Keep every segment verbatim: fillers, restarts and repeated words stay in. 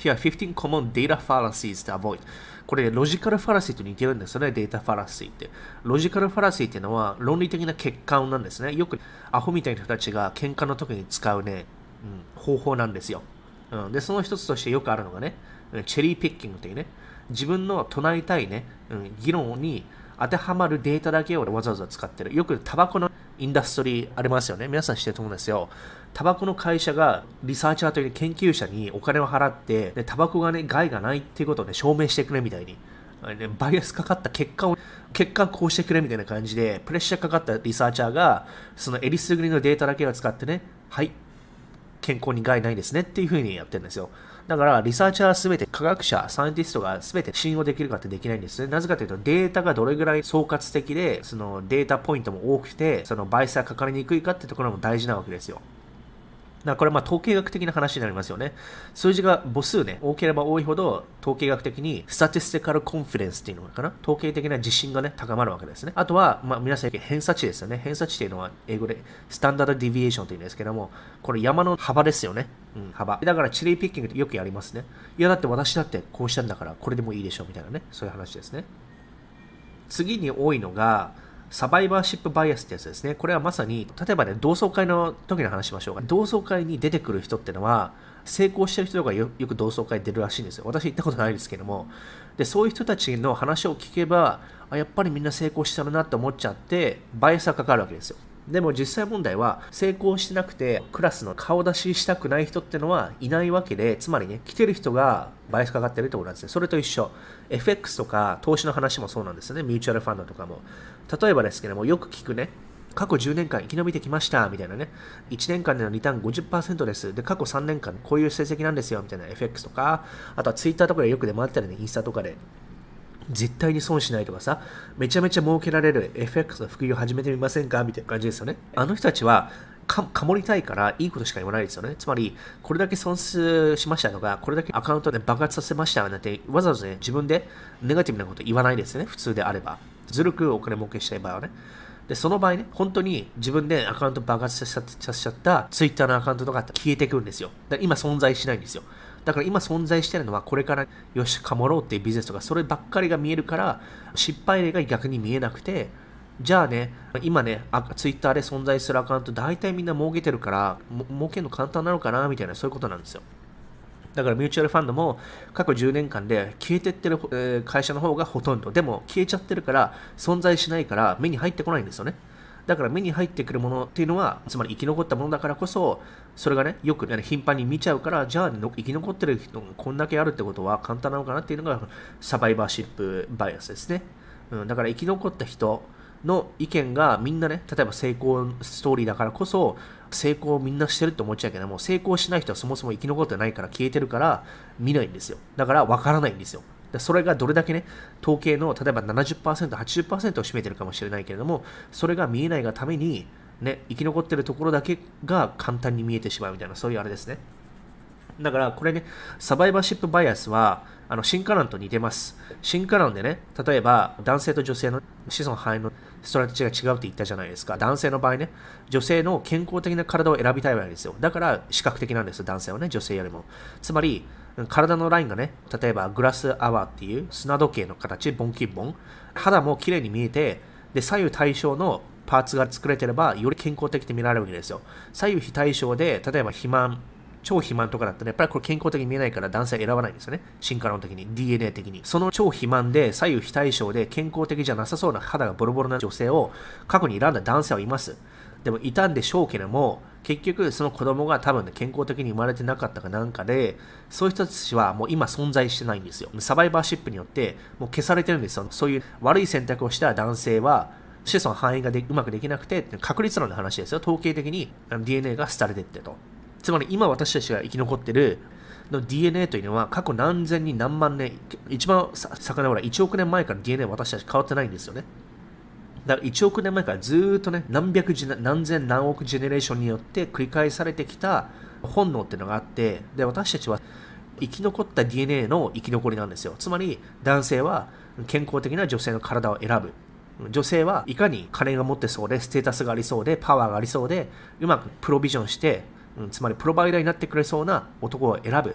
Here are fifteen common data fallacies to avoid. これ、ロジカルファラシーと似てるんですよね、データファラシーって。ロジカルファラシーっていうのは論理的な欠陥なんですね。よくアホみたいな人たちが喧嘩の時に使うね、うん、方法なんですよ、うん。で、その一つとしてよくあるのがね、チェリーピッキングというね、自分の唱えたいね、うん、議論に当てはまるデータだけをわざわざ使ってる。よくタバコのインダストリーありますよね。皆さん知ってると思うんですよ。タバコの会社がリサーチャーという研究者にお金を払って、でタバコがね、害がないっていうことをね、証明してくれみたいに。ね、バイアスかかった結果を、結果こうしてくれみたいな感じで、プレッシャーかかったリサーチャーが、そのえりすぐりのデータだけを使ってね、はい、健康に害ないですねっていう風にやってるんですよ。だから、リサーチャーはすべて科学者、サイエンティストがすべて信用できるかってできないんですね。なぜかというと、データがどれぐらい総括的で、そのデータポイントも多くて、そのバイアスがかかりにくいかってところも大事なわけですよ。だからこれはまあ統計学的な話になりますよね。数字が母数ね、多ければ多いほど、統計学的にスタティスティカルコンフィデンスっていうのかな、統計的な自信がね、高まるわけですね。あとは、まあ皆さん偏差値ですよね。偏差値っていうのは英語でスタンダードディビエーションというんですけども、これ山の幅ですよね。うん、幅。だからチェリーピッキングってよくやりますね。いやだって私だってこうしたんだからこれでもいいでしょみたいなね、そういう話ですね。次に多いのが、サバイバーシップバイアスってやつですね。これはまさに、例えばね、同窓会の時の話しましょうか。同窓会に出てくる人ってのは、成功してる人が よ, よく同窓会出るらしいんですよ。私行ったことないですけども。で、そういう人たちの話を聞けば、あ、やっぱりみんな成功してるなって思っちゃって、バイアスがかかるわけですよ。でも実際問題は、成功してなくて、クラスの顔出ししたくない人ってのはいないわけで、つまりね、来てる人がバイアスかかってるってことなんですね。それと一緒。エフエックス とか投資の話もそうなんですよね。ミューチュアルファンドとかも。例えばですけども、よく聞くね、過去じゅうねんかん生き延びてきましたみたいなね、いちねんかんでのリターン ごじゅっパーセント です。で、過去さんねんかんこういう成績なんですよみたいな エフエックス とか、あとは Twitter とかでよく出回ったりね、インスタとかで。絶対に損しないとかさ、めちゃめちゃ儲けられる エフエックス の副業始めてみませんかみたいな感じですよね。あの人たちはか、かもりたいからいいことしか言わないですよね。つまり、これだけ損失しましたとか、これだけアカウントで爆発させましたなんて、わざわざね、自分でネガティブなこと言わないですね。普通であれば。ずるくお金儲けしたい場合はね。で、その場合ね、本当に自分でアカウント爆発させちゃった Twitter のアカウントとかって消えてくるんですよ。だから今存在しないんですよ。だから今存在してるのはこれからよしかもろうっていうビジネスとかそればっかりが見えるから失敗例が逆に見えなくて、じゃあね、今ね、ツイッターで存在するアカウント大体みんな儲けてるから儲けるの簡単なのかなみたいなそういうことなんですよ。だからミューチュアルファンドも過去じゅうねんかんで消えてってる会社の方がほとんど。でも消えちゃってるから存在しないから目に入ってこないんですよね。だから目に入ってくるものっていうのは、つまり生き残ったものだからこそ、それがね、よく、ね、頻繁に見ちゃうから、じゃあ生き残ってる人がこんだけあるってことは簡単なのかなっていうのがサバイバーシップバイアスですね。うん、だから生き残った人の意見がみんなね、例えば成功ストーリーだからこそ、成功をみんなしてるって思っちゃうけども、成功しない人はそもそも生き残ってないから消えてるから見ないんですよ。だから分からないんですよ。それがどれだけね、統計の例えば ななじゅっパーセント、はちじゅっパーセント を占めてるかもしれないけれども、それが見えないがために、ね、生き残ってるところだけが簡単に見えてしまうみたいな、そういうあれですね。だからこれね、サバイバーシップバイアスは、あの進化論と似てます。進化論でね、例えば男性と女性の子孫繁栄のストラテジーが違うって言ったじゃないですか。男性の場合ね、女性の健康的な体を選びたいわけですよ。だから視覚的なんです、男性はね、女性よりも。つまり、体のラインがね、例えばグラスアワーっていう砂時計の形、ボンキンボン。肌も綺麗に見えて、で、左右対称のパーツが作れてれば、より健康的って見られるわけですよ。左右非対称で、例えば肥満、超肥満とかだったら、やっぱりこれ健康的に見えないから男性は選ばないんですよね。進化論的に、ディーエヌエー 的に。その超肥満で、左右非対称で健康的じゃなさそうな肌がボロボロな女性を過去に選んだ男性はいます。でもいたんでしょうけども、結局その子供が多分ね、健康的に生まれてなかったかなんかで、そういう人たちはもう今存在してないんですよ。サバイバーシップによってもう消されてるんですよ。そういう悪い選択をした男性は、子孫繁栄がでうまくできなくて、確率論の話ですよ。統計的に ディーエヌエー が廃れてってと。つまり今私たちが生き残ってるの ディーエヌエー というのは過去何千人何万年、一番遡らいちおくねんまえから ディーエヌエー は私たち変わってないんですよね。だからいちおくねんまえからずーっとね、何百ジェ何千何億ジェネレーションによって繰り返されてきた本能っていうのがあって、で、私たちは生き残った ディーエヌエー の生き残りなんですよ。つまり男性は健康的な女性の体を選ぶ。女性はいかに金が持ってそうで、ステータスがありそうで、パワーがありそうで、うまくプロビジョンして、つまりプロバイダーになってくれそうな男を選ぶ。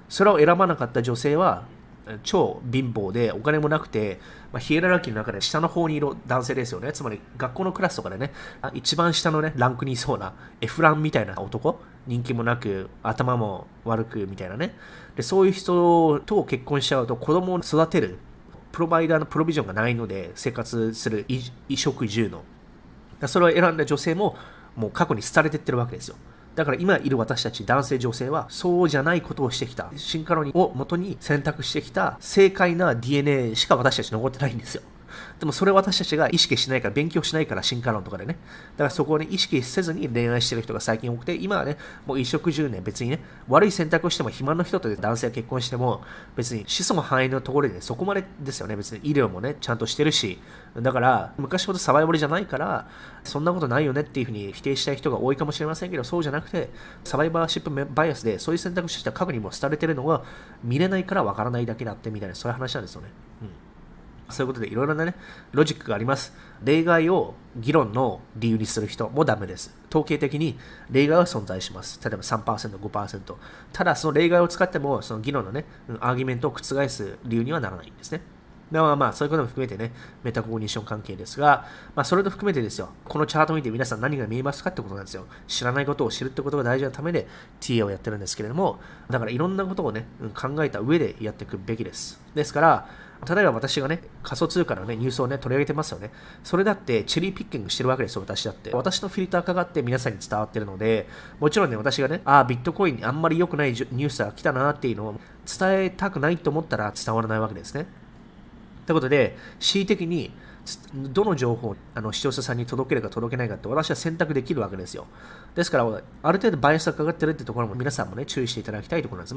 それを選ばなかった女性は超貧乏でお金もなくて、まあ、ヒエラルキーの中で下の方にいる男性ですよね。つまり学校のクラスとかでね、一番下のね、ランクにいそうな F ランみたいな男、人気もなく、頭も悪くみたいなね。で、そういう人と結婚しちゃうと子供を育てるプロバイダーのプロビジョンがないので、生活する衣食住の。それを選んだ女性ももう過去に廃れていってるわけですよ。だから今いる私たち男性女性はそうじゃないことをしてきた進化論を元に選択してきた正解な ディーエヌエー しか私たち残ってないんですよ。でもそれを私たちが意識しないから勉強しないから進化論とかでね。だからそこをね意識せずに恋愛してる人が最近多くて、今はねもう衣食住ね別にね悪い選択をしても暇の人と男性が結婚しても別に子孫繁栄のところで、ね、そこまでですよね。別に医療もねちゃんとしてるし、だから昔ほどサバイバルじゃないからそんなことないよねっていうふうに否定したい人が多いかもしれませんけど、そうじゃなくてサバイバーシップバイアスでそういう選択肢が過去にも廃れてるのが見れないからわからないだけだってみたいな、そういう話なんですよね。うんそういうことでいろいろなね、ロジックがあります。例外を議論の理由にする人もダメです。統計的に例外は存在します。例えば さんパーセント、ごパーセント。ただ、その例外を使っても、その議論のね、アーギュメントを覆す理由にはならないんですね。まあまあ、そういうことも含めてね、メタコグニション関係ですが、まあ、それと含めてですよ、このチャートを見て皆さん何が見えますかってことなんですよ。知らないことを知るってことが大事なためで ティーエー をやってるんですけれども、だからいろんなことをね、考えた上でやっていくべきです。ですから、例えば私がね、仮想通貨の、ね、ニュースを、ね、取り上げてますよね。それだってチェリーピッキングしてるわけですよ、私だって。私のフィルターかかって皆さんに伝わってるので、もちろんね、私がね、ああ、ビットコインにあんまり良くないニュースが来たなっていうのを伝えたくないと思ったら伝わらないわけですね。ということで、恣意的にどの情報をあの視聴者さんに届けるか届けないかって私は選択できるわけですよ。ですから、ある程度バイアスがかかってるってところも皆さんもね、注意していただきたいところなんです。